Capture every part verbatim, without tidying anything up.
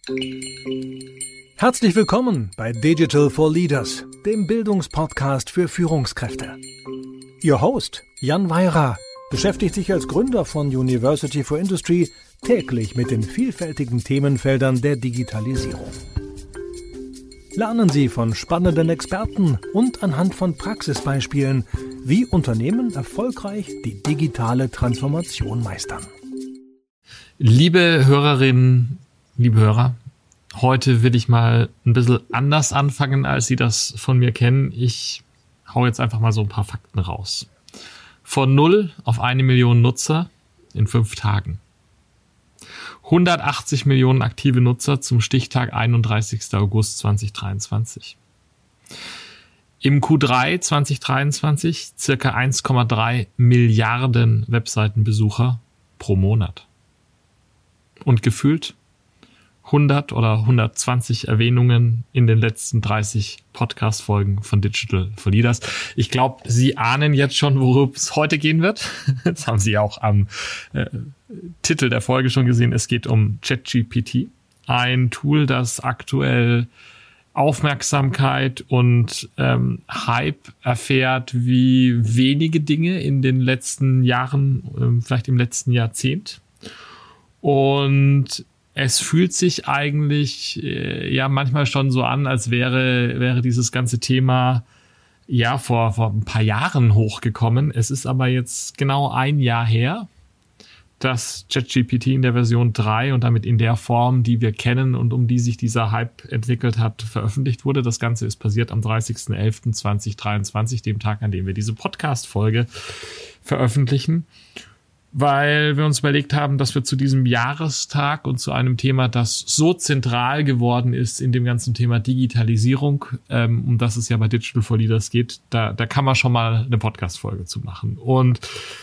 Herzlich willkommen bei Digital for Leaders, dem Bildungspodcast für Führungskräfte. Ihr Host, Jan Weira, beschäftigt sich als Gründer von University for Industry täglich mit den vielfältigen Themenfeldern der Digitalisierung. Lernen Sie von spannenden Experten und anhand von Praxisbeispielen, wie Unternehmen erfolgreich die digitale Transformation meistern. Liebe Hörerinnen, liebe Hörer, heute will ich mal ein bisschen anders anfangen, als Sie das von mir kennen. Ich hau jetzt einfach mal so ein paar Fakten raus. Von null auf eine Million Nutzer in fünf Tagen. hundertachtzig Millionen aktive Nutzer zum Stichtag einunddreißigster August zweitausenddreiundzwanzig. Im Q drei zweitausenddreiundzwanzig circa eins Komma drei Milliarden Webseitenbesucher pro Monat. Und gefühlt hundert oder hundertzwanzig Erwähnungen in den letzten dreißig Podcast-Folgen von Digital for Leaders. Ich glaube, Sie ahnen jetzt schon, worum es heute gehen wird. Das haben Sie auch am äh, Titel der Folge schon gesehen. Es geht um ChatGPT, ein Tool, das aktuell Aufmerksamkeit und ähm, Hype erfährt wie wenige Dinge in den letzten Jahren, ähm, vielleicht im letzten Jahrzehnt. Und es fühlt sich eigentlich äh, ja manchmal schon so an, als wäre wäre dieses ganze Thema ja vor vor ein paar Jahren hochgekommen. Es ist aber jetzt genau ein Jahr her, dass ChatGPT in der Version drei und damit in der Form, die wir kennen und um die sich dieser Hype entwickelt hat, veröffentlicht wurde. Das Ganze ist passiert am dreißigsten elften zweitausenddreiundzwanzig, dem Tag, an dem wir diese Podcast-Folge veröffentlichen. Weil wir uns überlegt haben, dass wir zu diesem Jahrestag und zu einem Thema, das so zentral geworden ist in dem ganzen Thema Digitalisierung, ähm, um das es ja bei Digital for Leaders geht, da, da kann man schon mal eine Podcast-Folge zu machen. Und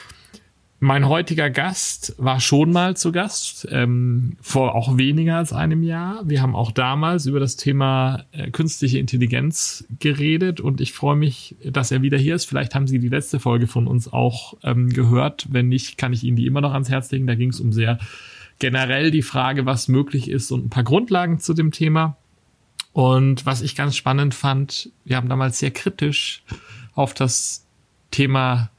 mein heutiger Gast war schon mal zu Gast, ähm, vor auch weniger als einem Jahr. Wir haben auch damals über das Thema äh, künstliche Intelligenz geredet und ich freue mich, dass er wieder hier ist. Vielleicht haben Sie die letzte Folge von uns auch ähm, gehört. Wenn nicht, kann ich Ihnen die immer noch ans Herz legen. Da ging es um sehr generell die Frage, was möglich ist und ein paar Grundlagen zu dem Thema. Und was ich ganz spannend fand, wir haben damals sehr kritisch auf das Thema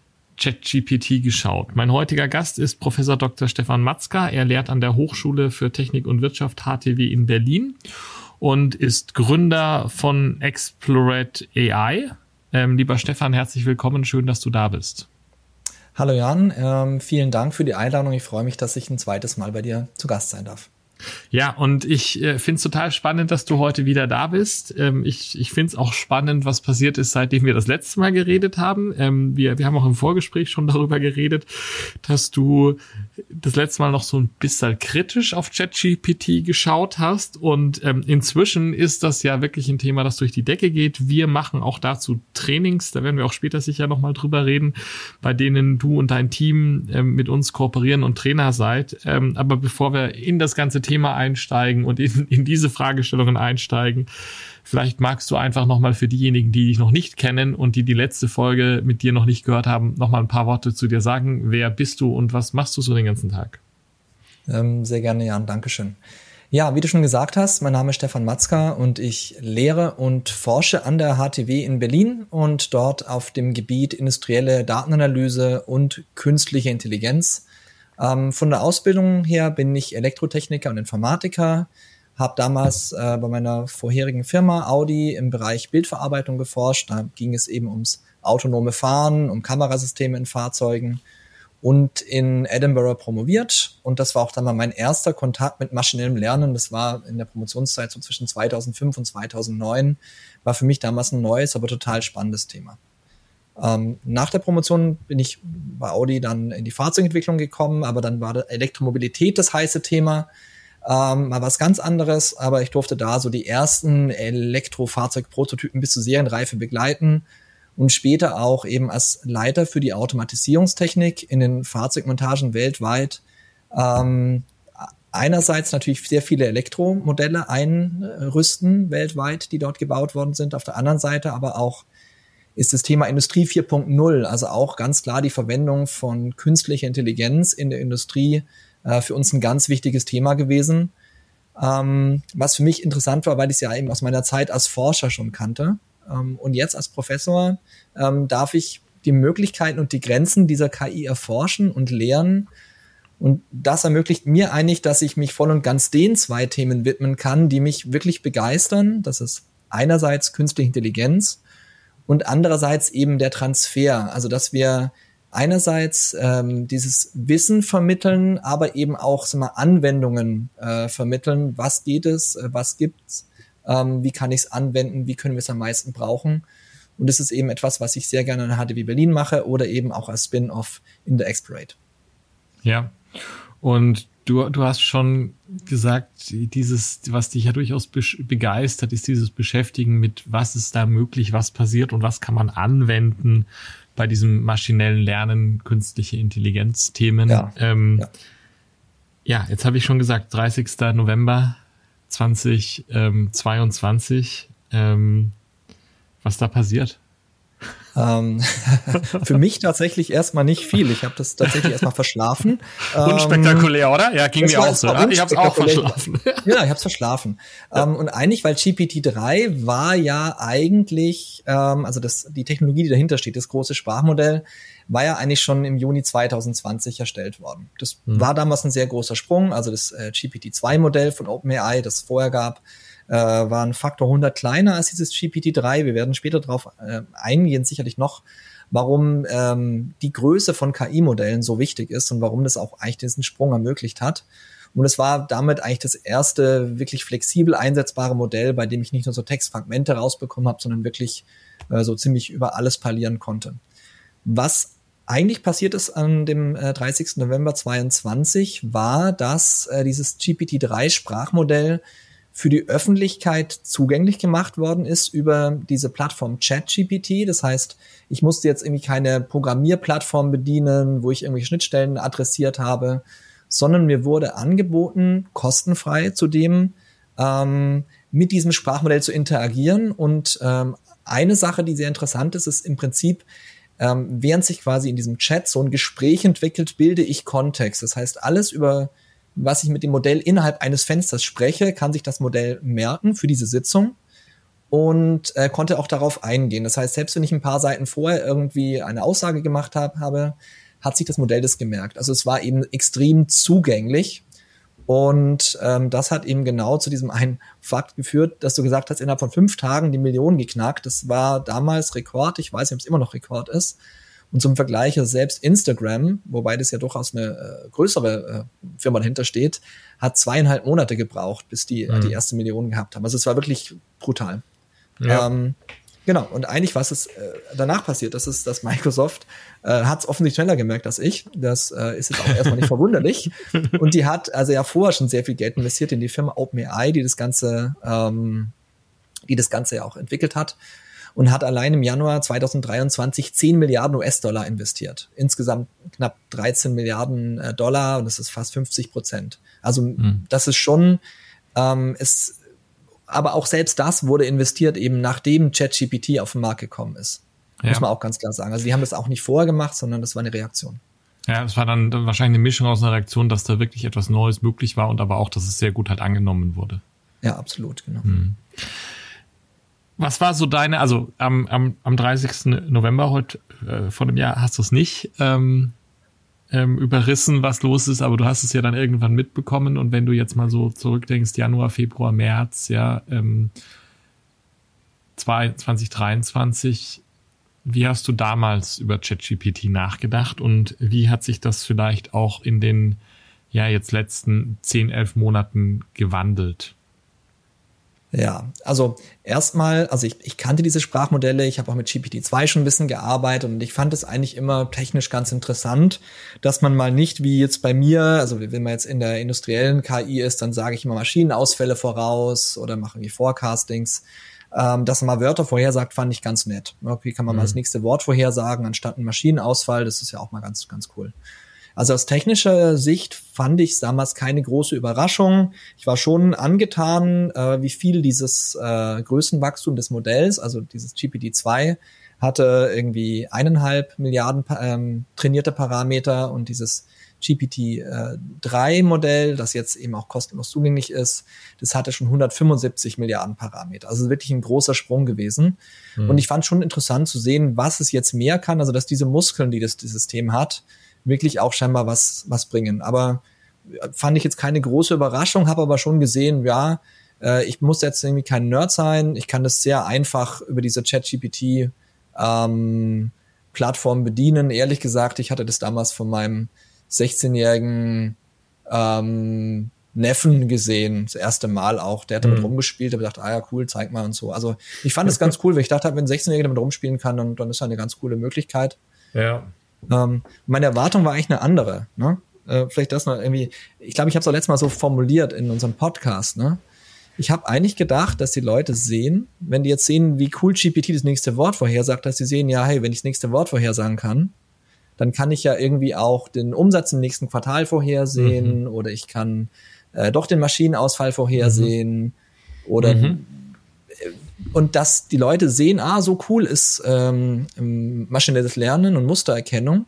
ChatGPT geschaut. Mein heutiger Gast ist Professor Doktor Stefan Matzka. Er lehrt an der Hochschule für Technik und Wirtschaft H T W in Berlin und ist Gründer von Explorat A I. Ähm, lieber Stefan, herzlich willkommen. Schön, dass du da bist. Hallo Jan, ähm, vielen Dank für die Einladung. Ich freue mich, dass ich ein zweites Mal bei dir zu Gast sein darf. Ja, und ich äh, finde es total spannend, dass du heute wieder da bist. Ähm, ich ich finde es auch spannend, was passiert ist, seitdem wir das letzte Mal geredet haben. Ähm, wir, wir haben auch im Vorgespräch schon darüber geredet, dass du das letzte Mal noch so ein bisschen kritisch auf ChatGPT geschaut hast. Und ähm, inzwischen ist das ja wirklich ein Thema, das durch die Decke geht. Wir machen auch dazu Trainings, da werden wir auch später sicher nochmal drüber reden, bei denen du und dein Team ähm, mit uns kooperieren und Trainer seid. Ähm, aber bevor wir in das ganze Thema einsteigen und in, in diese Fragestellungen einsteigen. Vielleicht magst du einfach nochmal für diejenigen, die dich noch nicht kennen und die die letzte Folge mit dir noch nicht gehört haben, nochmal ein paar Worte zu dir sagen. Wer bist du und was machst du so den ganzen Tag? Ähm, sehr gerne, Jan. Dankeschön. Ja, wie du schon gesagt hast, mein Name ist Stefan Matzka und ich lehre und forsche an der H T W in Berlin und dort auf dem Gebiet industrielle Datenanalyse und künstliche Intelligenz. Ähm, von der Ausbildung her bin ich Elektrotechniker und Informatiker, habe damals äh, bei meiner vorherigen Firma Audi im Bereich Bildverarbeitung geforscht. Da ging es eben ums autonome Fahren, um Kamerasysteme in Fahrzeugen und in Edinburgh promoviert. Und das war auch dann mal mein erster Kontakt mit maschinellem Lernen. Das war in der Promotionszeit so zwischen zweitausendfünf und zweitausendneun. War für mich damals ein neues, aber total spannendes Thema. Ähm, nach der Promotion bin ich bei Audi dann in die Fahrzeugentwicklung gekommen, aber dann war Elektromobilität das heiße Thema, ähm, mal was ganz anderes, aber ich durfte da so die ersten Elektrofahrzeugprototypen bis zur Serienreife begleiten und später auch eben als Leiter für die Automatisierungstechnik in den Fahrzeugmontagen weltweit ähm, einerseits natürlich sehr viele Elektromodelle einrüsten weltweit, die dort gebaut worden sind, auf der anderen Seite aber auch ist das Thema Industrie vier Punkt null, also auch ganz klar die Verwendung von künstlicher Intelligenz in der Industrie äh, für uns ein ganz wichtiges Thema gewesen. Ähm, was für mich interessant war, weil ich es ja eben aus meiner Zeit als Forscher schon kannte. Ähm, und jetzt als Professor ähm, darf ich die Möglichkeiten und die Grenzen dieser K I erforschen und lernen. Und das ermöglicht mir eigentlich, dass ich mich voll und ganz den zwei Themen widmen kann, die mich wirklich begeistern. Das ist einerseits künstliche Intelligenz und andererseits eben der Transfer. Also dass wir einerseits ähm, dieses Wissen vermitteln, aber eben auch so mal Anwendungen äh, vermitteln. Was geht es? Äh, was gibt's? Ähm, wie kann ich es anwenden? Wie können wir es am meisten brauchen? Und das ist eben etwas, was ich sehr gerne an der H T W Berlin mache oder eben auch als Spin-off in der Explorate. Ja, und du, du hast schon gesagt, dieses, was dich ja durchaus begeistert, ist dieses Beschäftigen mit, was ist da möglich, was passiert und was kann man anwenden bei diesem maschinellen Lernen, künstliche Intelligenz-Themen. Ja, ähm, ja. ja jetzt habe ich schon gesagt, dreißigster November zweitausendzweiundzwanzig. Ähm, was da passiert? Ähm, für mich tatsächlich erstmal nicht viel. Ich habe das tatsächlich erstmal verschlafen. Unspektakulär, ähm, oder? Ja, ging mir auch so. Ja? Ich habe es auch verschlafen. Ja, ich habe es verschlafen. Ja. Ähm, und eigentlich, weil G P T drei war ja eigentlich, ähm, also das, die Technologie, die dahinter steht, das große Sprachmodell, war ja eigentlich schon im Juni zweitausendzwanzig erstellt worden. Das hm. war damals ein sehr großer Sprung. Also das äh, G P T zwei Modell von OpenAI, das es vorher gab, äh, war ein Faktor hundert kleiner als dieses G P T drei. Wir werden später darauf äh, eingehen, sicherlich noch, warum ähm, die Größe von K I-Modellen so wichtig ist und warum das auch eigentlich diesen Sprung ermöglicht hat. Und es war damit eigentlich das erste wirklich flexibel einsetzbare Modell, bei dem ich nicht nur so Textfragmente rausbekommen habe, sondern wirklich äh, so ziemlich über alles parlieren konnte. Was eigentlich passiert ist an dem äh, dreißigsten November zweiundzwanzig, war, dass äh, dieses G P T drei Sprachmodell für die Öffentlichkeit zugänglich gemacht worden ist über diese Plattform ChatGPT. Das heißt, ich musste jetzt irgendwie keine Programmierplattform bedienen, wo ich irgendwelche Schnittstellen adressiert habe, sondern mir wurde angeboten, kostenfrei zudem, ähm, mit diesem Sprachmodell zu interagieren. Und ähm, eine Sache, die sehr interessant ist, ist im Prinzip, ähm, während sich quasi in diesem Chat so ein Gespräch entwickelt, bilde ich Kontext. Das heißt, alles über was ich mit dem Modell innerhalb eines Fensters spreche, kann sich das Modell merken für diese Sitzung und äh, konnte auch darauf eingehen. Das heißt, selbst wenn ich ein paar Seiten vorher irgendwie eine Aussage gemacht hab, habe, hat sich das Modell das gemerkt. Also es war eben extrem zugänglich und ähm, das hat eben genau zu diesem einen Fakt geführt, dass du gesagt hast, innerhalb von fünf Tagen die Millionen geknackt. Das war damals Rekord. Ich weiß nicht, ob es immer noch Rekord ist. Und zum Vergleich, selbst Instagram, wobei das ja durchaus eine äh, größere äh, Firma dahinter steht, hat zweieinhalb Monate gebraucht, bis die mhm. die erste Million gehabt haben. Also es war wirklich brutal. Ja. Ähm, genau, und eigentlich, was ist äh, danach passiert, das ist, dass Microsoft äh, hat es offensichtlich schneller gemerkt als ich. Das äh, ist jetzt auch erstmal nicht verwunderlich. Und die hat also ja vorher schon sehr viel Geld investiert in die Firma OpenAI, die das Ganze, ähm, die das Ganze ja auch entwickelt hat. Und hat allein im Januar zweitausenddreiundzwanzig zehn Milliarden U S-Dollar investiert. Insgesamt knapp dreizehn Milliarden äh, Dollar und das ist fast fünfzig Prozent. Also mhm. das ist schon, ähm, es, aber auch selbst das wurde investiert eben nachdem ChatGPT auf den Markt gekommen ist. Ja. Muss man auch ganz klar sagen. Also die haben das auch nicht vorher gemacht, sondern das war eine Reaktion. Ja, es war dann wahrscheinlich eine Mischung aus einer Reaktion, dass da wirklich etwas Neues möglich war und aber auch, dass es sehr gut halt angenommen wurde. Ja, absolut, genau. Mhm. Was war so deine, also am, am, am dreißigsten November heute äh, vor dem Jahr hast du es nicht ähm, ähm, überrissen, was los ist, aber du hast es ja dann irgendwann mitbekommen und wenn du jetzt mal so zurückdenkst, Januar, Februar, März, ja, ähm, zwanzig dreiundzwanzig, wie hast du damals über ChatGPT nachgedacht und wie hat sich das vielleicht auch in den ja jetzt letzten zehn, elf Monaten gewandelt? Ja, also erstmal, also ich, ich kannte diese Sprachmodelle, ich habe auch mit G P T zwei schon ein bisschen gearbeitet und ich fand es eigentlich immer technisch ganz interessant, dass man mal nicht wie jetzt bei mir, also wenn man jetzt in der industriellen K I ist, dann sage ich immer Maschinenausfälle voraus oder mache irgendwie Forecastings, ähm, dass man mal Wörter vorhersagt, fand ich ganz nett. Okay, kann man mhm. mal das nächste Wort vorhersagen, anstatt einen Maschinenausfall, das ist ja auch mal ganz, ganz cool. Also aus technischer Sicht fand ich es damals keine große Überraschung. Ich war schon angetan, äh, wie viel dieses äh, Größenwachstum des Modells, also dieses G P T zwei, hatte irgendwie eineinhalb Milliarden ähm, trainierte Parameter und dieses G P T drei Modell, das jetzt eben auch kostenlos zugänglich ist, das hatte schon hundertfünfundsiebzig Milliarden Parameter. Also wirklich ein großer Sprung gewesen. Mhm. Und ich fand schon interessant zu sehen, was es jetzt mehr kann, also dass diese Muskeln, die das, das System hat, wirklich auch scheinbar was, was bringen. Aber fand ich jetzt keine große Überraschung, habe aber schon gesehen, ja, äh, ich muss jetzt irgendwie kein Nerd sein, ich kann das sehr einfach über diese ChatGPT ähm, Plattform bedienen. Ehrlich gesagt, ich hatte das damals von meinem sechzehnjährigen ähm, Neffen gesehen, das erste Mal auch. Der hat damit mhm. rumgespielt, der hat gedacht, ah ja, cool, zeig mal und so. Also ich fand das ganz cool, weil ich dachte, wenn ein sechzehnjähriger damit rumspielen kann, dann, dann ist das eine ganz coole Möglichkeit. Ja. Ähm, meine Erwartung war eigentlich eine andere. Ne? Äh, vielleicht das noch irgendwie, ich glaube, ich habe es auch letztes Mal so formuliert in unserem Podcast, ne? Ich habe eigentlich gedacht, dass die Leute sehen, wenn die jetzt sehen, wie cool G P T das nächste Wort vorhersagt, dass sie sehen, ja, hey, wenn ich das nächste Wort vorhersagen kann, dann kann ich ja irgendwie auch den Umsatz im nächsten Quartal vorhersehen mhm. oder ich kann äh, doch den Maschinenausfall vorhersehen mhm. oder mhm. und dass die Leute sehen, ah, so cool ist ähm, maschinelles Lernen und Mustererkennung.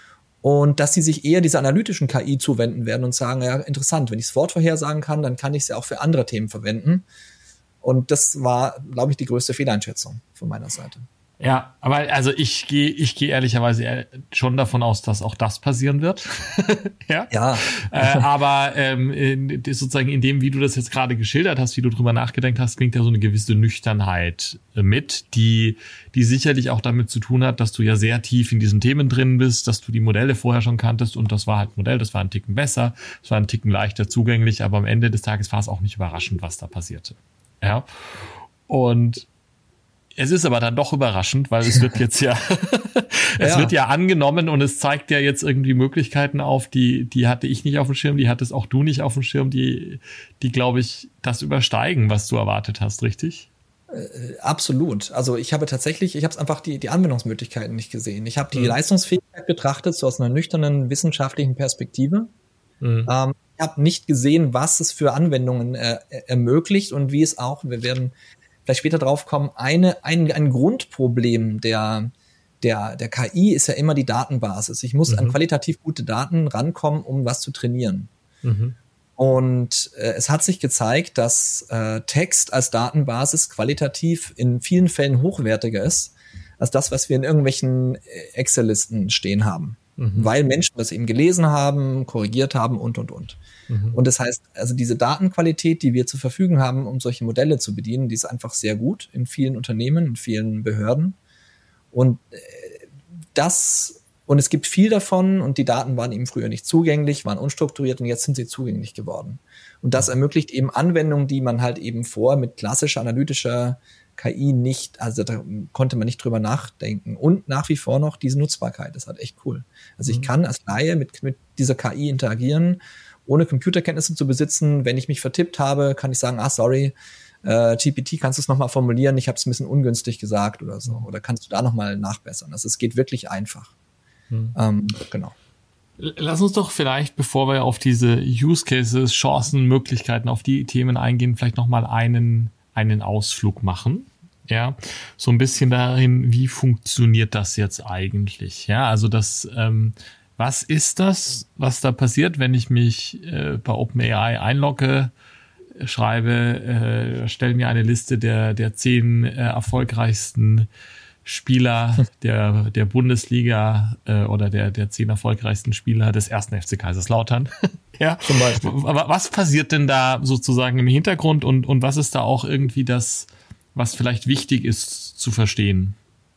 Und dass sie sich eher dieser analytischen K I zuwenden werden und sagen, ja, interessant, wenn ich das Wort vorhersagen kann, dann kann ich es ja auch für andere Themen verwenden. Und das war, glaube ich, die größte Fehleinschätzung von meiner Seite. Ja, aber also ich gehe ich gehe ehrlicherweise schon davon aus, dass auch das passieren wird. ja. ja. äh, aber ähm, in, sozusagen in dem, wie du das jetzt gerade geschildert hast, wie du drüber nachgedacht hast, klingt ja so eine gewisse Nüchternheit mit, die die sicherlich auch damit zu tun hat, dass du ja sehr tief in diesen Themen drin bist, dass du die Modelle vorher schon kanntest und das war halt ein Modell, das war ein Ticken besser, das war ein Ticken leichter zugänglich, aber am Ende des Tages war es auch nicht überraschend, was da passierte. Ja. Und es ist aber dann doch überraschend, weil es wird jetzt ja, es ja. wird ja angenommen und es zeigt ja jetzt irgendwie Möglichkeiten auf, die, die hatte ich nicht auf dem Schirm, die hattest auch du nicht auf dem Schirm, die, die glaube ich, das übersteigen, was du erwartet hast, richtig? Äh, absolut. Also ich habe tatsächlich, ich habe es einfach die, die Anwendungsmöglichkeiten nicht gesehen. Ich habe die mhm. Leistungsfähigkeit betrachtet, so aus einer nüchternen wissenschaftlichen Perspektive. Mhm. Ähm, ich habe nicht gesehen, was es für Anwendungen äh, ermöglicht und wie es auch, wir werden vielleicht später drauf kommen, eine, ein, ein Grundproblem der, der, der K I ist ja immer die Datenbasis. Ich muss mhm. an qualitativ gute Daten rankommen, um was zu trainieren. Mhm. Und äh, es hat sich gezeigt, dass äh, Text als Datenbasis qualitativ in vielen Fällen hochwertiger ist, als das, was wir in irgendwelchen Excel-Listen stehen haben. Mhm. Weil Menschen das eben gelesen haben, korrigiert haben und, und, und. Mhm. Und das heißt, also diese Datenqualität, die wir zur Verfügung haben, um solche Modelle zu bedienen, die ist einfach sehr gut in vielen Unternehmen, in vielen Behörden. Und äh, das, und es gibt viel davon und die Daten waren eben früher nicht zugänglich, waren unstrukturiert und jetzt sind sie zugänglich geworden. Und das ermöglicht eben Anwendungen, die man halt eben vorher mit klassischer analytischer K I nicht, also da konnte man nicht drüber nachdenken. Und nach wie vor noch diese Nutzbarkeit, das ist halt echt cool. Also ich kann als Laie mit, mit dieser K I interagieren, ohne Computerkenntnisse zu besitzen. Wenn ich mich vertippt habe, kann ich sagen, ah, sorry, äh, G P T, kannst du es nochmal formulieren? Ich habe es ein bisschen ungünstig gesagt oder so. Oder kannst du da nochmal nachbessern? Also es geht wirklich einfach. Hm. Ähm, genau. Lass uns doch vielleicht, bevor wir auf diese Use Cases, Chancen, Möglichkeiten, auf die Themen eingehen, vielleicht nochmal einen, einen Ausflug machen. Ja, so ein bisschen darin, wie funktioniert das jetzt eigentlich? Ja, also das, ähm, was ist das, was da passiert, wenn ich mich äh, bei OpenAI einlogge, schreibe, äh, stelle mir eine Liste der der zehn äh, erfolgreichsten Spieler der der Bundesliga äh, oder der der zehn erfolgreichsten Spieler des ersten F C Kaiserslautern. ja, zum Beispiel. Aber was passiert denn da sozusagen im Hintergrund und und was ist da auch irgendwie das, was vielleicht wichtig ist zu verstehen?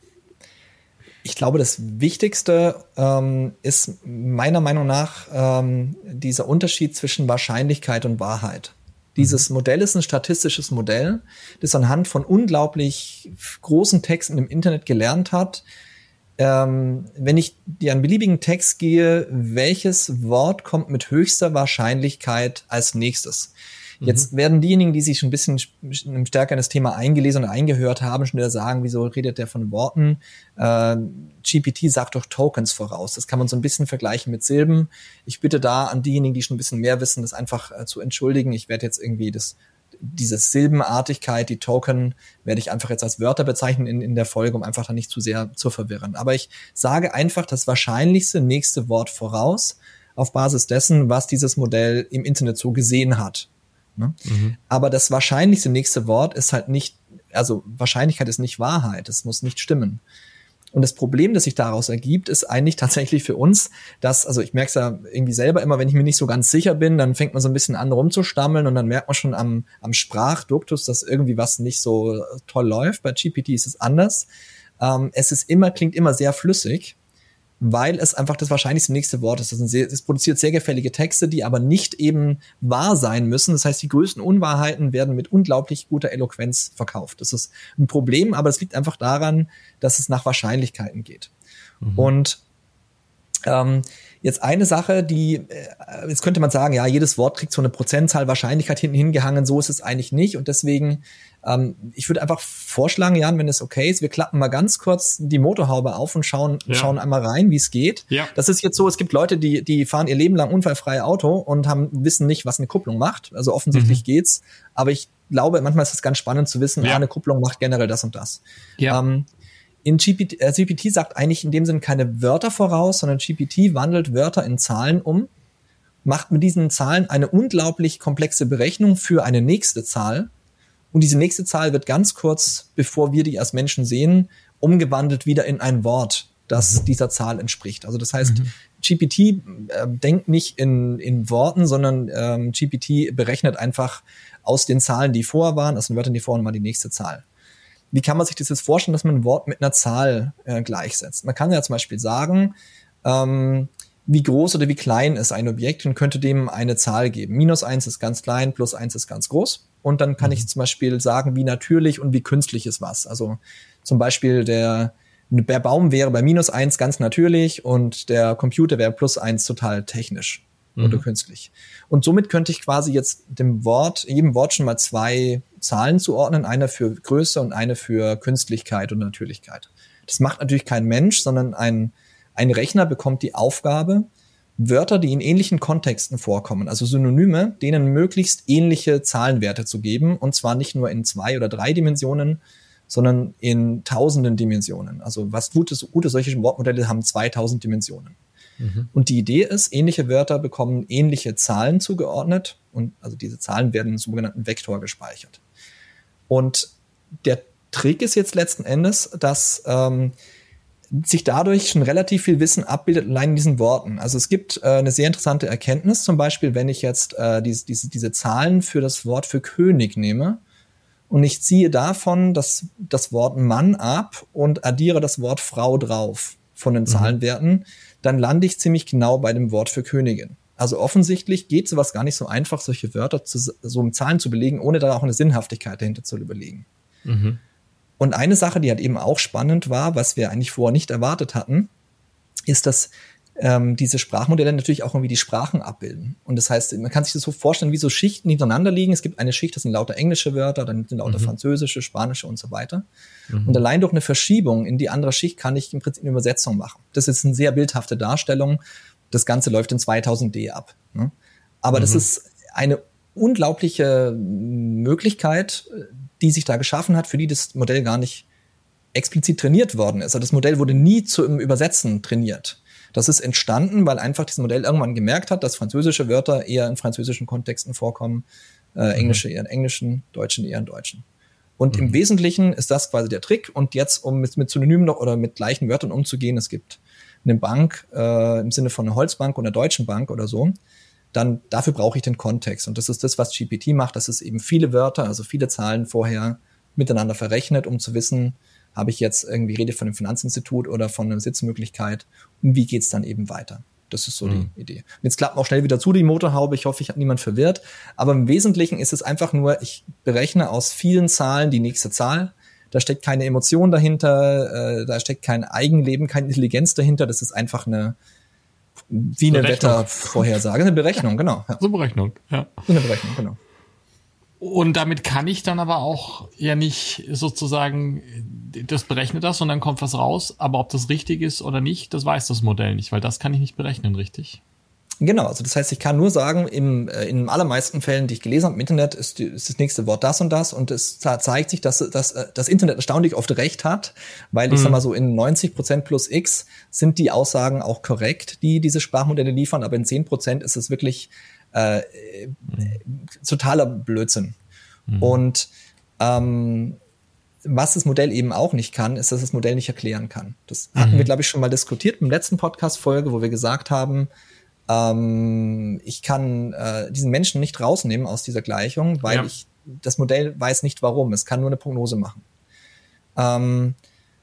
Ich glaube, das Wichtigste ähm, ist meiner Meinung nach ähm, dieser Unterschied zwischen Wahrscheinlichkeit und Wahrheit. Dieses Modell ist ein statistisches Modell, das anhand von unglaublich großen Texten im Internet gelernt hat, ähm, wenn ich dir einen beliebigen Text gehe, welches Wort kommt mit höchster Wahrscheinlichkeit als nächstes. Jetzt mhm. werden diejenigen, die sich schon ein bisschen stärker in das Thema eingelesen und eingehört haben, schon wieder sagen, wieso redet der von Worten? Äh, G P T sagt doch Tokens voraus. Das kann man so ein bisschen vergleichen mit Silben. Ich bitte da an diejenigen, die schon ein bisschen mehr wissen, das einfach äh, zu entschuldigen. Ich werde jetzt irgendwie das, diese Silbenartigkeit, die Token, werde ich einfach jetzt als Wörter bezeichnen in, in der Folge, um einfach da nicht zu sehr zu verwirren. Aber ich sage einfach das wahrscheinlichste nächste Wort voraus, auf Basis dessen, was dieses Modell im Internet so gesehen hat. Ne? Mhm. Aber das wahrscheinlichste nächste Wort ist halt nicht, also Wahrscheinlichkeit ist nicht Wahrheit, es muss nicht stimmen. Und das Problem, das sich daraus ergibt, ist eigentlich tatsächlich für uns, dass, also ich merke es ja irgendwie selber immer, wenn ich mir nicht so ganz sicher bin, dann fängt man so ein bisschen an rumzustammeln und dann merkt man schon am, am Sprachduktus, dass irgendwie was nicht so toll läuft. Bei G P T ist es anders. Ähm, es ist immer, klingt immer sehr flüssig, weil es einfach das wahrscheinlichste nächste Wort ist. Das ist sehr, es produziert sehr gefällige Texte, die aber nicht eben wahr sein müssen. Das heißt, die größten Unwahrheiten werden mit unglaublich guter Eloquenz verkauft. Das ist ein Problem, aber es liegt einfach daran, dass es nach Wahrscheinlichkeiten geht. Mhm. Und ähm, jetzt eine Sache, die, äh, jetzt könnte man sagen, ja, jedes Wort kriegt so eine Prozentzahl Wahrscheinlichkeit hinten hingehangen, so ist es eigentlich nicht. Und deswegen, ähm, ich würde einfach vorschlagen, Jan, wenn es okay ist, wir klappen mal ganz kurz die Motorhaube auf und schauen, ja. schauen einmal rein, wie es geht. Ja. Das ist jetzt so, es gibt Leute, die, die fahren ihr Leben lang unfallfrei Auto und haben, wissen nicht, was eine Kupplung macht. Also offensichtlich mhm. geht's. Aber ich glaube, manchmal ist es ganz spannend zu wissen, ja. ah, eine Kupplung macht generell das und das. Ja. Ähm, In G P T, äh, G P T sagt eigentlich in dem Sinn keine Wörter voraus, sondern G P T wandelt Wörter in Zahlen um, macht mit diesen Zahlen eine unglaublich komplexe Berechnung für eine nächste Zahl. Und diese nächste Zahl wird ganz kurz, bevor wir die als Menschen sehen, umgewandelt wieder in ein Wort, das mhm. dieser Zahl entspricht. Also das heißt, mhm. G P T äh, denkt nicht in, in Worten, sondern ähm, G P T berechnet einfach aus den Zahlen, die vorher waren, aus den Wörtern, die vorher mal die nächste Zahl. Wie kann man sich das jetzt vorstellen, dass man ein Wort mit einer Zahl äh, gleichsetzt? Man kann ja zum Beispiel sagen, ähm, wie groß oder wie klein ist ein Objekt und könnte dem eine Zahl geben. Minus eins ist ganz klein, plus eins ist ganz groß. Und dann kann mhm. ich zum Beispiel sagen, wie natürlich und wie künstlich ist was. Also zum Beispiel der, der Baum wäre bei minus eins ganz natürlich und der Computer wäre plus eins total technisch mhm. oder künstlich. Und somit könnte ich quasi jetzt dem Wort, jedem Wort schon mal zwei Zahlen zuordnen, eine für Größe und eine für Künstlichkeit und Natürlichkeit. Das macht natürlich kein Mensch, sondern ein, ein Rechner bekommt die Aufgabe, Wörter, die in ähnlichen Kontexten vorkommen, also Synonyme, denen möglichst ähnliche Zahlenwerte zu geben, und zwar nicht nur in zwei oder drei Dimensionen, sondern in tausenden Dimensionen. Also was gute, gute solche Wortmodelle haben zweitausend Dimensionen. Mhm. Und die Idee ist, ähnliche Wörter bekommen ähnliche Zahlen zugeordnet und also diese Zahlen werden in sogenannten Vektor gespeichert. Und der Trick ist jetzt letzten Endes, dass ähm, sich dadurch schon relativ viel Wissen abbildet, allein in diesen Worten. Also es gibt äh, eine sehr interessante Erkenntnis, zum Beispiel, wenn ich jetzt äh, diese, diese, diese Zahlen für das Wort für König nehme und ich ziehe davon das, das Wort Mann ab und addiere das Wort Frau drauf von den mhm. Zahlenwerten, dann lande ich ziemlich genau bei dem Wort für Königin. Also offensichtlich geht sowas gar nicht so einfach, solche Wörter zu, so mit Zahlen zu belegen, ohne da auch eine Sinnhaftigkeit dahinter zu überlegen. Mhm. Und eine Sache, die halt eben auch spannend war, was wir eigentlich vorher nicht erwartet hatten, ist, dass ähm, diese Sprachmodelle natürlich auch irgendwie die Sprachen abbilden. Und das heißt, man kann sich das so vorstellen, wie so Schichten hintereinander liegen. Es gibt eine Schicht, das sind lauter englische Wörter, dann sind lauter mhm. französische, spanische und so weiter. Mhm. Und allein durch eine Verschiebung in die andere Schicht kann ich im Prinzip eine Übersetzung machen. Das ist eine sehr bildhafte Darstellung. Das Ganze läuft in zweitausend D ab. Ne? Aber mhm. das ist eine unglaubliche Möglichkeit, die sich da geschaffen hat, für die das Modell gar nicht explizit trainiert worden ist. Also das Modell wurde nie zum Übersetzen trainiert. Das ist entstanden, weil einfach dieses Modell irgendwann gemerkt hat, dass französische Wörter eher in französischen Kontexten vorkommen, äh, englische eher in englischen, deutschen eher in deutschen. Und mhm. im Wesentlichen ist das quasi der Trick. Und jetzt, um mit, mit Synonymen noch oder mit gleichen Wörtern umzugehen, es gibt eine Bank äh, im Sinne von einer Holzbank oder einer Deutschen Bank oder so, dann dafür brauche ich den Kontext. Und das ist das, was G P T macht. Das ist eben viele Wörter, also viele Zahlen vorher miteinander verrechnet, um zu wissen, habe ich jetzt irgendwie Rede von einem Finanzinstitut oder von einer Sitzmöglichkeit und wie geht's dann eben weiter. Das ist so mhm. die Idee. Und jetzt klappt auch schnell wieder zu die Motorhaube. Ich hoffe, ich habe niemand verwirrt. Aber im Wesentlichen ist es einfach nur, ich berechne aus vielen Zahlen die nächste Zahl. Da steckt keine Emotion dahinter, äh, da steckt kein Eigenleben, keine Intelligenz dahinter. Das ist einfach eine wie eine Berechnung. Wettervorhersage, eine Berechnung, genau. Ja. So eine Berechnung, ja. So eine Berechnung, genau. Und damit kann ich dann aber auch ja nicht sozusagen, das berechnet das und dann kommt was raus, aber ob das richtig ist oder nicht, das weiß das Modell nicht, weil das kann ich nicht berechnen, richtig? Genau, also das heißt, ich kann nur sagen, im, äh, in den allermeisten Fällen, die ich gelesen habe im Internet, ist, die, ist das nächste Wort das und das und es zeigt sich, dass, dass das Internet erstaunlich oft recht hat, weil ich mhm. sag mal so in neunzig Prozent plus X sind die Aussagen auch korrekt, die diese Sprachmodelle liefern, aber in zehn Prozent ist es wirklich äh, mhm. totaler Blödsinn. Mhm. Und ähm, was das Modell eben auch nicht kann, ist, dass das Modell nicht erklären kann. Das hatten mhm. wir, glaube ich, schon mal diskutiert im letzten Podcast-Folge, wo wir gesagt haben, Ähm, ich kann äh, diesen Menschen nicht rausnehmen aus dieser Gleichung, weil ja. ich das Modell weiß nicht warum. Es kann nur eine Prognose machen. Ähm,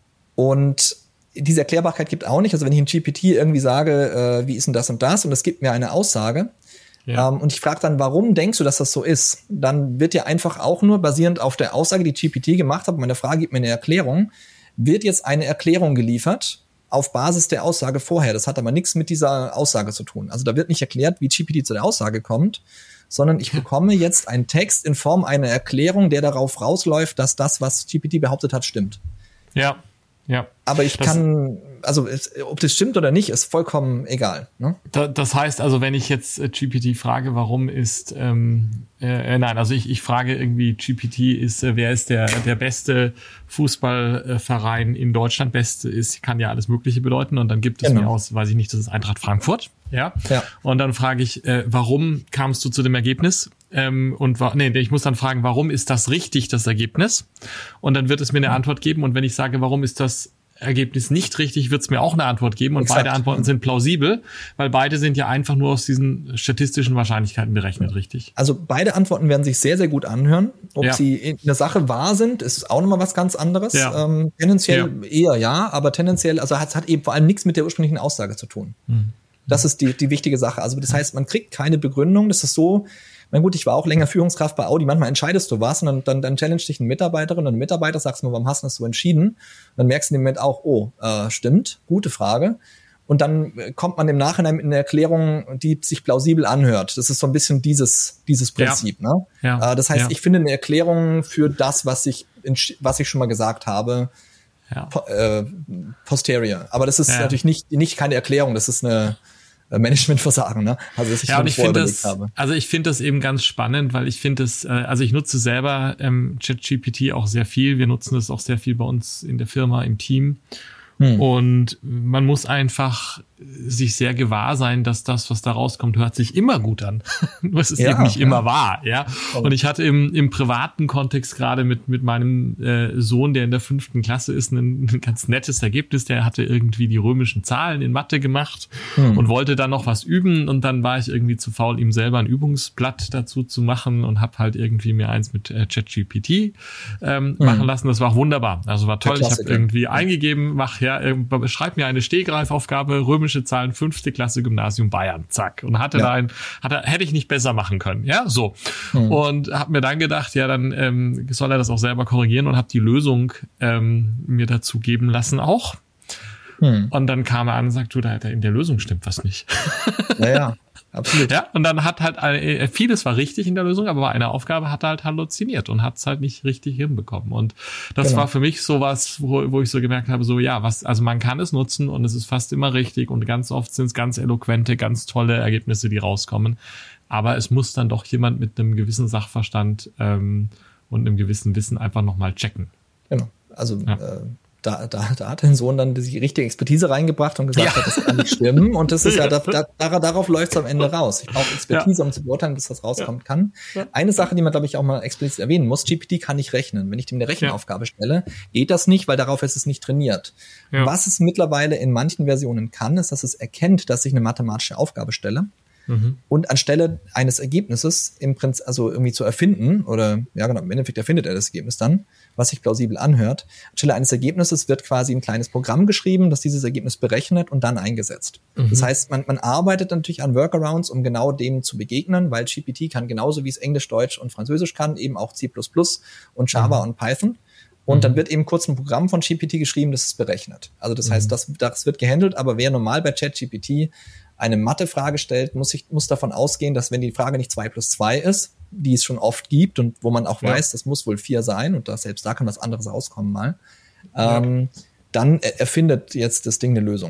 und diese Erklärbarkeit gibt auch nicht. Also wenn ich in G P T irgendwie sage, äh, wie ist denn das und das, und es gibt mir eine Aussage, ja. ähm, und ich frage dann, warum denkst du, dass das so ist? Dann wird ja einfach auch nur basierend auf der Aussage, die G P T gemacht hat, meine Frage gibt mir eine Erklärung, wird jetzt eine Erklärung geliefert auf Basis der Aussage vorher. Das hat aber nichts mit dieser Aussage zu tun. Also da wird nicht erklärt, wie G P T zu der Aussage kommt, sondern ich bekomme jetzt einen Text in Form einer Erklärung, der darauf rausläuft, dass das, was G P T behauptet hat, stimmt. Ja, ja. Aber ich das kann, also es, ob das stimmt oder nicht, ist vollkommen egal. Ne? Da, das heißt also, wenn ich jetzt äh, G P T frage, warum ist, ähm, äh, nein, also ich, ich frage irgendwie G P T, ist, äh, wer ist der, der beste Fußballverein in Deutschland? Beste ist, kann ja alles Mögliche bedeuten und dann gibt es genau. mir aus, weiß ich nicht, das ist Eintracht Frankfurt. Ja. ja. Und dann frage ich, äh, warum kamst du zu dem Ergebnis? Ähm, und wa- nee, ich muss dann fragen, warum ist das richtig, das Ergebnis? Und dann wird es mir eine Antwort geben. Und wenn ich sage, warum ist das Ergebnis nicht richtig, wird es mir auch eine Antwort geben. Und Exakt. beide Antworten sind plausibel, weil beide sind ja einfach nur aus diesen statistischen Wahrscheinlichkeiten berechnet, richtig? Also beide Antworten werden sich sehr, sehr gut anhören. Ob ja. sie in der Sache wahr sind, ist auch nochmal was ganz anderes. Ja. Ähm, tendenziell ja. eher ja, aber tendenziell, also es hat eben vor allem nichts mit der ursprünglichen Aussage zu tun. Mhm. Das ist die, die wichtige Sache. Also das heißt, man kriegt keine Begründung. Das ist so, na gut, ich war auch länger Führungskraft bei Audi. Manchmal entscheidest du was und dann, dann, dann challenge dich eine Mitarbeiterin und ein Mitarbeiter, sagst mir, warum hast du das so entschieden? Und dann merkst du in dem Moment auch, oh, äh, stimmt, gute Frage. Und dann kommt man im Nachhinein mit einer Erklärung, die sich plausibel anhört. Das ist so ein bisschen dieses, dieses Prinzip. Ja. Ne? Ja. Äh, das heißt, ja. ich finde eine Erklärung für das, was ich, was ich schon mal gesagt habe, ja. po, äh, posterior. Aber das ist ja. natürlich nicht, nicht keine Erklärung, das ist eine Managementversagen, ne? Also dass ich ja, und ich finde das, habe. also ich finde das eben ganz spannend, weil ich finde es, also ich nutze selber ähm, ChatGPT auch sehr viel. Wir nutzen das auch sehr viel bei uns in der Firma, im Team. Hm. Und man muss einfach sich sehr gewahr sein, dass das, was da rauskommt, hört sich immer gut an. Nur es ist ja, eben nicht ja. immer wahr, ja. Und ich hatte im, im privaten Kontext gerade mit, mit meinem äh, Sohn, der in der fünften Klasse ist, ein, ein ganz nettes Ergebnis. Der hatte irgendwie die römischen Zahlen in Mathe gemacht hm. und wollte dann noch was üben. Und dann war ich irgendwie zu faul, ihm selber ein Übungsblatt dazu zu machen und habe halt irgendwie mir eins mit äh, ChatGPT ähm, hm. machen lassen. Das war wunderbar. Also war toll. Ich habe irgendwie eingegeben, mach ja, äh, schreib mir eine Stehgreifaufgabe, römische Zahlen, fünfte Klasse Gymnasium Bayern, zack. Und hatte ja. da ein, hatte, hätte ich nicht besser machen können, ja, so. Mhm. Und habe mir dann gedacht, ja, dann ähm, soll er das auch selber korrigieren und habe die Lösung ähm, mir dazu geben lassen auch. Mhm. Und dann kam er an und sagt, du, da, da in der Lösung stimmt was nicht. Ja, ja. Absolut. Ja, und dann hat halt eine, vieles war richtig in der Lösung, aber bei einer Aufgabe hat er halt halluziniert und hat es halt nicht richtig hinbekommen. Und das genau. war für mich sowas, wo, wo ich so gemerkt habe, so ja, was, also man kann es nutzen und es ist fast immer richtig und ganz oft sind es ganz eloquente, ganz tolle Ergebnisse, die rauskommen. Aber es muss dann doch jemand mit einem gewissen Sachverstand ähm, und einem gewissen Wissen einfach nochmal checken. Genau. Also ja. äh, Da, da, da hat dein Sohn dann die richtige Expertise reingebracht und gesagt, ja. hat, das kann nicht stimmen. Und das ist ja, da, da, darauf läuft es am Ende raus. Ich brauche Expertise, ja. um zu beurteilen, dass das rauskommen ja. kann. Ja. Eine Sache, die man, glaube ich, auch mal explizit erwähnen muss, G P T kann nicht rechnen. Wenn ich dem eine Rechenaufgabe stelle, geht das nicht, weil darauf ist es nicht trainiert. Ja. Was es mittlerweile in manchen Versionen kann, ist, dass es erkennt, dass ich eine mathematische Aufgabe stelle. Mhm. Und anstelle eines Ergebnisses im Prinzip, also irgendwie zu erfinden, oder ja genau, im Endeffekt erfindet er das Ergebnis dann, was sich plausibel anhört. Anstelle eines Ergebnisses wird quasi ein kleines Programm geschrieben, das dieses Ergebnis berechnet und dann eingesetzt. Mhm. Das heißt, man, man arbeitet natürlich an Workarounds, um genau dem zu begegnen, weil G P T kann genauso wie es Englisch, Deutsch und Französisch kann, eben auch C plus plus und Java mhm. und Python. Und mhm. dann wird eben kurz ein Programm von G P T geschrieben, das es berechnet. Also das mhm. heißt, das, das wird gehandelt, aber wer normal bei ChatGPT eine Mathe-Frage stellt, muss ich muss davon ausgehen, dass wenn die Frage nicht zwei plus zwei ist, die es schon oft gibt und wo man auch ja. weiß, das muss wohl vier sein und da, selbst da kann was anderes rauskommen mal, ja. ähm, dann erfindet jetzt das Ding eine Lösung.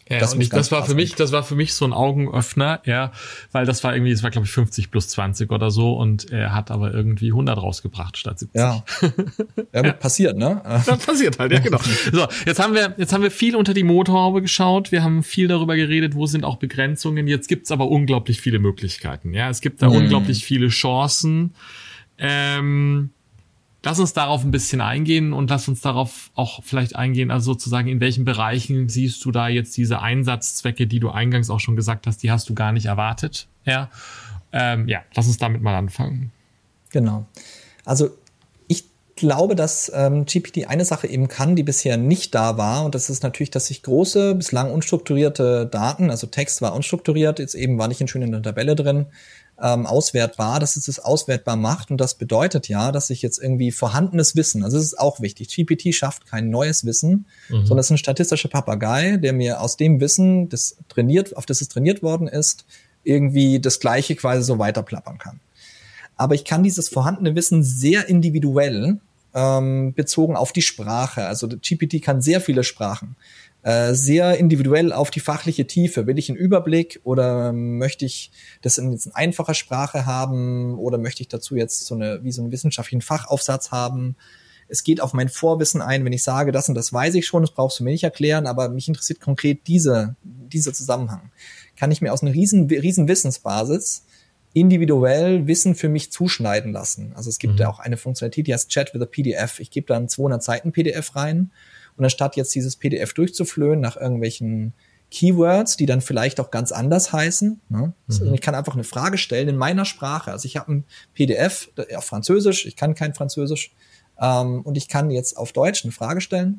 Ja, das, und ich, das war für mich, das war für mich so ein Augenöffner, ja, weil das war irgendwie, es war glaube ich fünfzig plus zwanzig oder so und er hat aber irgendwie hundert rausgebracht statt siebzig. Ja, ja, ja. Passiert, ne? Ja, passiert halt, ja genau. So, jetzt haben wir, jetzt haben wir viel unter die Motorhaube geschaut, wir haben viel darüber geredet, wo sind auch Begrenzungen, jetzt gibt's aber unglaublich viele Möglichkeiten, ja, es gibt da mhm. unglaublich viele Chancen. Ähm, Lass uns darauf ein bisschen eingehen und lass uns darauf auch vielleicht eingehen, also sozusagen in welchen Bereichen siehst du da jetzt diese Einsatzzwecke, die du eingangs auch schon gesagt hast, die hast du gar nicht erwartet. Ja, ähm, ja, lass uns damit mal anfangen. Genau. Also ich glaube, dass ähm, G P T eine Sache eben kann, die bisher nicht da war. Und das ist natürlich, dass sich große, bislang unstrukturierte Daten, also Text war unstrukturiert, jetzt eben war nicht schön in der Tabelle drin, Ähm, auswertbar, dass es das auswertbar macht. Und das bedeutet ja, dass ich jetzt irgendwie vorhandenes Wissen, also das ist auch wichtig, G P T schafft kein neues Wissen, mhm. sondern es ist ein statistischer Papagei, der mir aus dem Wissen, das trainiert, auf das es trainiert worden ist, irgendwie das Gleiche quasi so weiterplappern kann. Aber ich kann dieses vorhandene Wissen sehr individuell ähm, bezogen auf die Sprache, also G P T kann sehr viele Sprachen, sehr individuell auf die fachliche Tiefe. Will ich einen Überblick oder möchte ich das in jetzt in einfacher Sprache haben oder möchte ich dazu jetzt so eine, wie so einen wissenschaftlichen Fachaufsatz haben? Es geht auf mein Vorwissen ein, wenn ich sage, das und das weiß ich schon, das brauchst du mir nicht erklären, aber mich interessiert konkret diese, dieser Zusammenhang. Kann ich mir aus einer riesen, riesen Wissensbasis individuell Wissen für mich zuschneiden lassen? Also es gibt mhm. ja auch eine Funktionalität, die heißt Chat with a P D F. Ich gebe da einen zweihundert Seiten P D F rein. Und anstatt jetzt dieses P D F durchzuflöhen nach irgendwelchen Keywords, die dann vielleicht auch ganz anders heißen, ne? Mhm. Ich kann einfach eine Frage stellen in meiner Sprache. Also ich habe ein P D F auf Französisch, ich kann kein Französisch, ähm, und ich kann jetzt auf Deutsch eine Frage stellen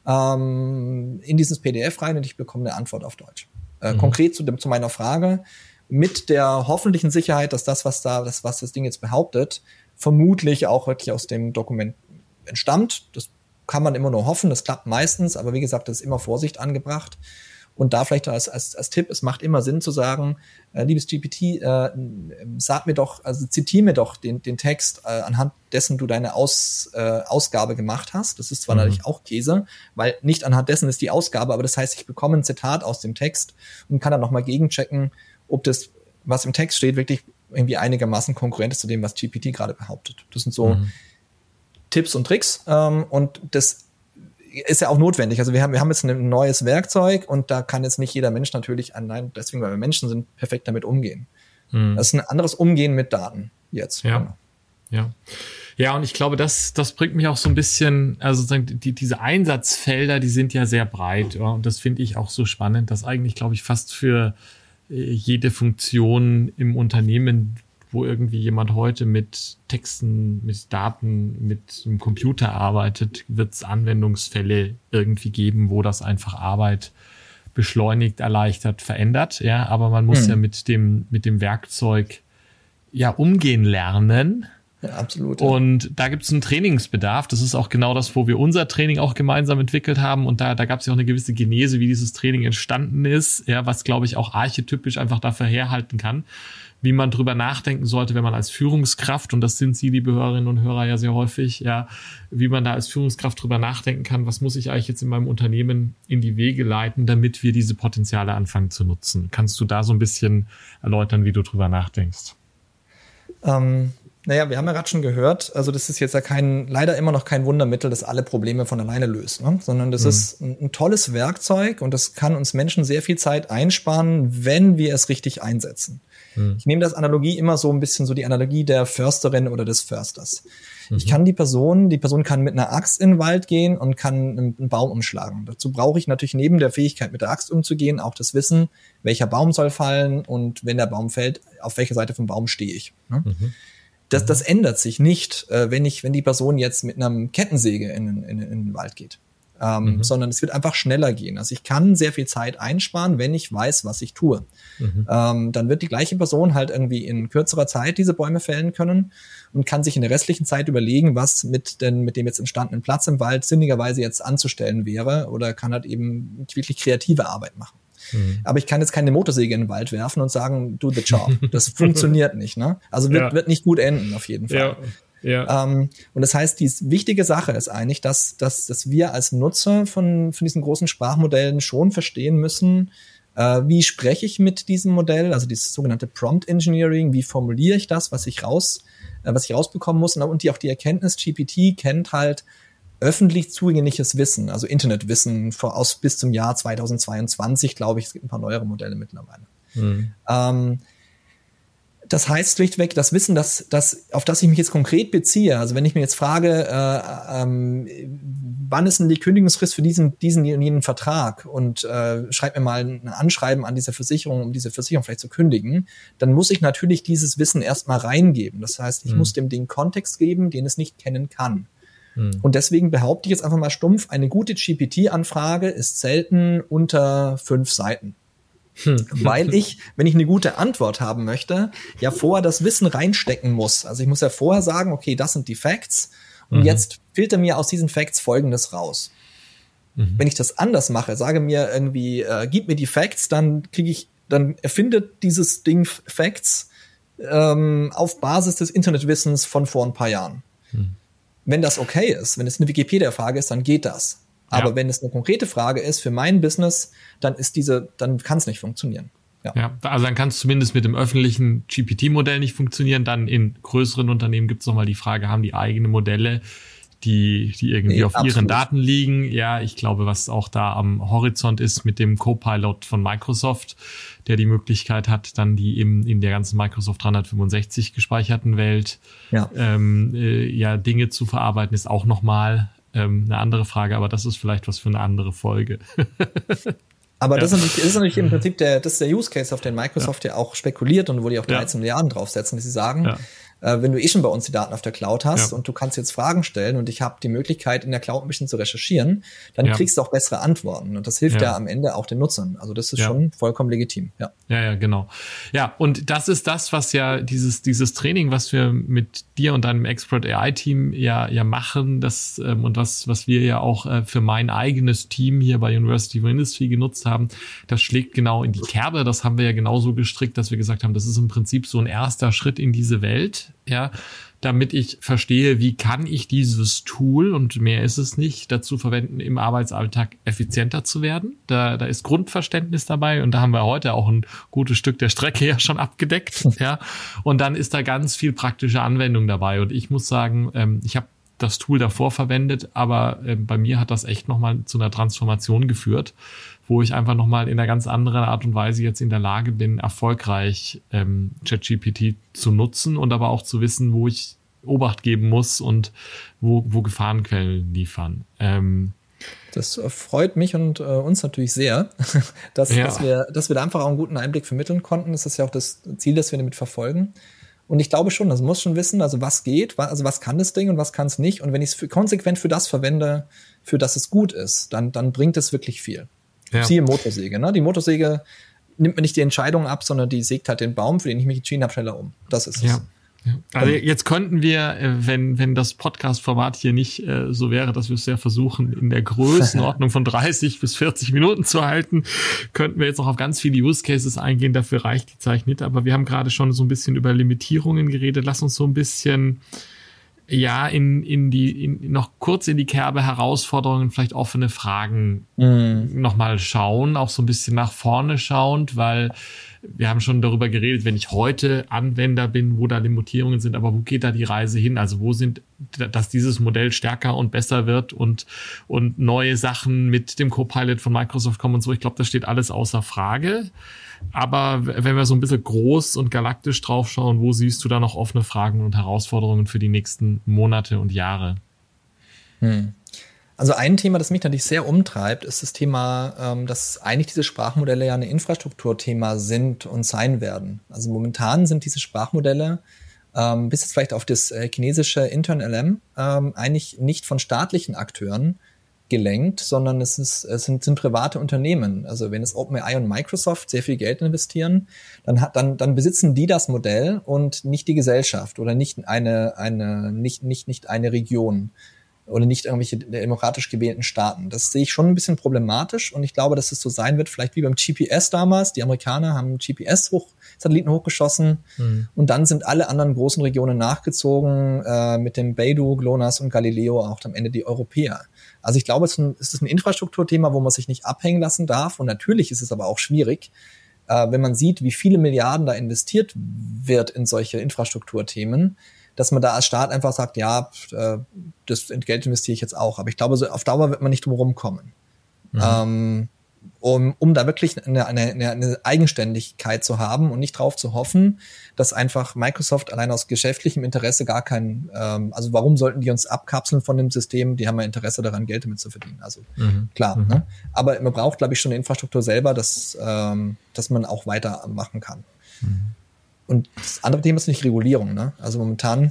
ähm, in dieses P D F rein und ich bekomme eine Antwort auf Deutsch. Äh, mhm. Konkret zu, dem, zu meiner Frage mit der hoffentlichen Sicherheit, dass das, was da, das, was das Ding jetzt behauptet, vermutlich auch wirklich aus dem Dokument entstammt. Das kann man immer nur hoffen, das klappt meistens, aber wie gesagt, das ist immer Vorsicht angebracht. Und da vielleicht als, als, als Tipp, es macht immer Sinn zu sagen, äh, liebes G P T, äh, sag mir doch, also zitier mir doch den, den Text, äh, anhand dessen du deine Aus, äh, Ausgabe gemacht hast. Das ist zwar mhm. natürlich auch Käse, weil nicht anhand dessen ist die Ausgabe, aber das heißt, ich bekomme ein Zitat aus dem Text und kann dann nochmal gegenchecken, ob das, was im Text steht, wirklich irgendwie einigermaßen konkurrent ist zu dem, was G P T gerade behauptet. Das sind so mhm. Tipps und Tricks, ähm, und das ist ja auch notwendig. Also wir haben, wir haben jetzt ein neues Werkzeug und da kann jetzt nicht jeder Mensch natürlich, nein, deswegen, weil wir Menschen sind, perfekt damit umgehen. Hm. Das ist ein anderes Umgehen mit Daten jetzt. Ja, genau. ja. Ja, und ich glaube, das, das bringt mich auch so ein bisschen, also sozusagen die, diese Einsatzfelder, die sind ja sehr breit, ja, und das finde ich auch so spannend, dass eigentlich, glaube ich, fast für jede Funktion im Unternehmen, wo irgendwie jemand heute mit Texten, mit Daten, mit einem Computer arbeitet, wird es Anwendungsfälle irgendwie geben, wo das einfach Arbeit beschleunigt, erleichtert, verändert. Ja, aber man muss hm. ja mit dem, mit dem Werkzeug ja umgehen lernen. Ja, absolut. Ja. Und da gibt es einen Trainingsbedarf. Das ist auch genau das, wo wir unser Training auch gemeinsam entwickelt haben. Und da, da gab es ja auch eine gewisse Genese, wie dieses Training entstanden ist, ja, was, glaube ich, auch archetypisch einfach dafür herhalten kann, wie man drüber nachdenken sollte, wenn man als Führungskraft, und das sind Sie, liebe Hörerinnen und Hörer, ja sehr häufig, ja, wie man da als Führungskraft drüber nachdenken kann, was muss ich eigentlich jetzt in meinem Unternehmen in die Wege leiten, damit wir diese Potenziale anfangen zu nutzen. Kannst du da so ein bisschen erläutern, wie du drüber nachdenkst? Ähm, naja, wir haben ja gerade schon gehört, also das ist jetzt ja kein, leider immer noch kein Wundermittel, das alle Probleme von alleine löst, ne? Sondern das mhm. ist ein, ein tolles Werkzeug und das kann uns Menschen sehr viel Zeit einsparen, wenn wir es richtig einsetzen. Mhm. Ich nehme das Analogie immer so ein bisschen so die Analogie der Försterin oder des Försters. Mhm. Ich kann die Person, die Person kann mit einer Axt in den Wald gehen und kann einen, einen Baum umschlagen. Dazu brauche ich natürlich neben der Fähigkeit, mit der Axt umzugehen, auch das Wissen, welcher Baum soll fallen und wenn der Baum fällt, auf welcher Seite vom Baum stehe ich, ne? Mhm. Das, das ändert sich nicht, äh, wenn ich, wenn die Person jetzt mit einer Kettensäge in, in, in den Wald geht, ähm, mhm. sondern es wird einfach schneller gehen. Also ich kann sehr viel Zeit einsparen, wenn ich weiß, was ich tue. Mhm. Ähm, dann wird die gleiche Person halt irgendwie in kürzerer Zeit diese Bäume fällen können und kann sich in der restlichen Zeit überlegen, was mit den, mit dem jetzt entstandenen Platz im Wald sinnigerweise jetzt anzustellen wäre, oder kann halt eben wirklich kreative Arbeit machen. Mhm. Aber ich kann jetzt keine Motorsäge in den Wald werfen und sagen, do the job. Das funktioniert nicht, ne? Also wird, ja. wird nicht gut enden, auf jeden Fall. Ja. Ja. Ähm, und das heißt, die wichtige Sache ist eigentlich, dass, dass, dass wir als Nutzer von, von diesen großen Sprachmodellen schon verstehen müssen, äh, wie spreche ich mit diesem Modell, also dieses sogenannte Prompt Engineering, wie formuliere ich das, was ich raus, äh, was ich rausbekommen muss, und die auch die Erkenntnis, G P T kennt halt öffentlich zugängliches Wissen, also Internetwissen vor, aus bis zum Jahr zweitausendzweiundzwanzig, glaube ich, es gibt ein paar neuere Modelle mittlerweile. Mhm. Ähm, das heißt schlichtweg, das Wissen, das, das, auf das ich mich jetzt konkret beziehe, also wenn ich mir jetzt frage, äh, ähm, wann ist denn die Kündigungsfrist für diesen, diesen jenen Vertrag, und äh, schreib mir mal ein Anschreiben an diese Versicherung, um diese Versicherung vielleicht zu kündigen, dann muss ich natürlich dieses Wissen erstmal reingeben. Das heißt, ich mhm. muss dem Ding Kontext geben, den es nicht kennen kann. Und deswegen behaupte ich jetzt einfach mal stumpf, eine gute G P T-Anfrage ist selten unter fünf Seiten. Hm. Weil ich, wenn ich eine gute Antwort haben möchte, ja vorher das Wissen reinstecken muss. Also ich muss ja vorher sagen, okay, das sind die Facts, und mhm. jetzt filter mir aus diesen Facts Folgendes raus. Mhm. Wenn ich das anders mache, sage mir irgendwie, äh, gib mir die Facts, dann kriege ich, dann erfindet dieses Ding Facts ähm, auf Basis des Internetwissens von vor ein paar Jahren. Mhm. Wenn das okay ist, wenn es eine Wikipedia-Frage ist, dann geht das. Aber ja. wenn es eine konkrete Frage ist für mein Business, dann ist diese, dann kann es nicht funktionieren. Ja. ja, also dann kann es zumindest mit dem öffentlichen G P T-Modell nicht funktionieren. Dann in größeren Unternehmen gibt es nochmal die Frage, haben die eigene Modelle, die, die irgendwie nee, auf absolut. ihren Daten liegen? Ja, ich glaube, was auch da am Horizont ist mit dem Copilot von Microsoft, der die Möglichkeit hat, dann die im, in der ganzen Microsoft dreihundertfünfundsechzig gespeicherten Welt ja, ähm, äh, ja Dinge zu verarbeiten, ist auch nochmal ähm, eine andere Frage, aber das ist vielleicht was für eine andere Folge. Aber ja. das, ist natürlich, das ist natürlich im Prinzip der, das ist der Use Case, auf den Microsoft ja, ja auch spekuliert und wo die auch dreizehn ja. Milliarden draufsetzen, dass sie sagen, ja. äh, wenn du eh schon bei uns die Daten auf der Cloud hast ja. und du kannst jetzt Fragen stellen und ich habe die Möglichkeit, in der Cloud ein bisschen zu recherchieren, dann ja. kriegst du auch bessere Antworten. Und das hilft ja, ja am Ende auch den Nutzern. Also das ist ja. schon vollkommen legitim. Ja. ja, ja, genau. Ja, und das ist das, was ja dieses, dieses Training, was wir mit dir und deinem Expert A I-Team ja, ja machen, das, ähm, und was, was wir ja auch äh, für mein eigenes Team hier bei University for Industry genutzt haben, das schlägt genau in die Kerbe. Das haben wir ja genauso gestrickt, dass wir gesagt haben, das ist im Prinzip so ein erster Schritt in diese Welt, ja, damit ich verstehe, wie kann ich dieses Tool, und mehr ist es nicht, dazu verwenden, im Arbeitsalltag effizienter zu werden. Da, da ist Grundverständnis dabei, und da haben wir heute auch ein gutes Stück der Strecke ja schon abgedeckt, ja. Und dann ist da ganz viel praktische Anwendung dabei. Und ich muss sagen, ähm, ich habe das Tool davor verwendet, aber äh, bei mir hat das echt nochmal zu einer Transformation geführt, wo ich einfach nochmal in einer ganz anderen Art und Weise jetzt in der Lage bin, erfolgreich ähm, ChatGPT zu nutzen und aber auch zu wissen, wo ich Obacht geben muss und wo, wo Gefahrenquellen liefern. Ähm, das freut mich und äh, uns natürlich sehr, dass, ja. dass, wir, dass wir da einfach auch einen guten Einblick vermitteln konnten. Das ist ja auch das Ziel, das wir damit verfolgen. Und ich glaube schon, das muss schon wissen, also was geht, also was kann das Ding und was kann es nicht. Und wenn ich es konsequent für das verwende, für das es gut ist, dann, dann bringt es wirklich viel. Ja. Siehe Motorsäge, ne? Die Motorsäge nimmt mir nicht die Entscheidung ab, sondern die sägt halt den Baum, für den ich mich entschieden habe, schneller um. Das ist es. Ja. Also jetzt könnten wir, wenn wenn das Podcast-Format hier nicht äh, so wäre, dass wir es ja versuchen, in der Größenordnung von dreißig bis vierzig Minuten zu halten, könnten wir jetzt noch auf ganz viele Use Cases eingehen. Dafür reicht die Zeit nicht. Aber wir haben gerade schon so ein bisschen über Limitierungen geredet. Lass uns so ein bisschen ja in in die in, noch kurz in die Kerbe Herausforderungen, vielleicht offene Fragen mm. nochmal schauen, auch so ein bisschen nach vorne schauend, weil wir haben schon darüber geredet, wenn ich heute Anwender bin, wo da Limitierungen sind, aber wo geht da die Reise hin? Also wo sind, dass dieses Modell stärker und besser wird und und neue Sachen mit dem Copilot von Microsoft kommen und so. Ich glaube, das steht alles außer Frage. Aber wenn wir so ein bisschen groß und galaktisch draufschauen, wo siehst du da noch offene Fragen und Herausforderungen für die nächsten Monate und Jahre? Hm. Also ein Thema, das mich natürlich sehr umtreibt, ist das Thema, ähm, dass eigentlich diese Sprachmodelle ja ein Infrastrukturthema sind und sein werden. Also momentan sind diese Sprachmodelle ähm, bis jetzt vielleicht auf das äh, chinesische InternLM ähm, eigentlich nicht von staatlichen Akteuren gelenkt, sondern es, ist, es sind, sind private Unternehmen. Also wenn es OpenAI und Microsoft sehr viel Geld investieren, dann, hat, dann, dann besitzen die das Modell und nicht die Gesellschaft oder nicht eine, eine, nicht, nicht, nicht eine Region. oder nicht irgendwelche demokratisch gewählten Staaten. Das sehe ich schon ein bisschen problematisch und ich glaube, dass es so sein wird, vielleicht wie beim G P S damals. Die Amerikaner haben G P S hoch, Satelliten hochgeschossen mhm. und dann sind alle anderen großen Regionen nachgezogen, äh, mit dem Beidou, GLONASS und Galileo auch am Ende die Europäer. Also ich glaube, es ist ein, es ist ein Infrastrukturthema, wo man sich nicht abhängen lassen darf und natürlich ist es aber auch schwierig, äh, wenn man sieht, wie viele Milliarden da investiert wird in solche Infrastrukturthemen, dass man da als Staat einfach sagt, ja, äh, das Geld investiere ich jetzt auch. Aber ich glaube, so auf Dauer wird man nicht drum rumkommen. Mhm. Ähm, um, um da wirklich eine, eine, eine Eigenständigkeit zu haben und nicht drauf zu hoffen, dass einfach Microsoft allein aus geschäftlichem Interesse gar kein, ähm, also warum sollten die uns abkapseln von dem System? Die haben ja Interesse daran, Geld damit zu verdienen. Also mhm. klar, mhm. Ne? Aber man braucht, glaube ich, schon eine Infrastruktur selber, dass, ähm, dass man auch weitermachen kann. Mhm. Und das andere Thema ist nicht Regulierung. Ne? Also momentan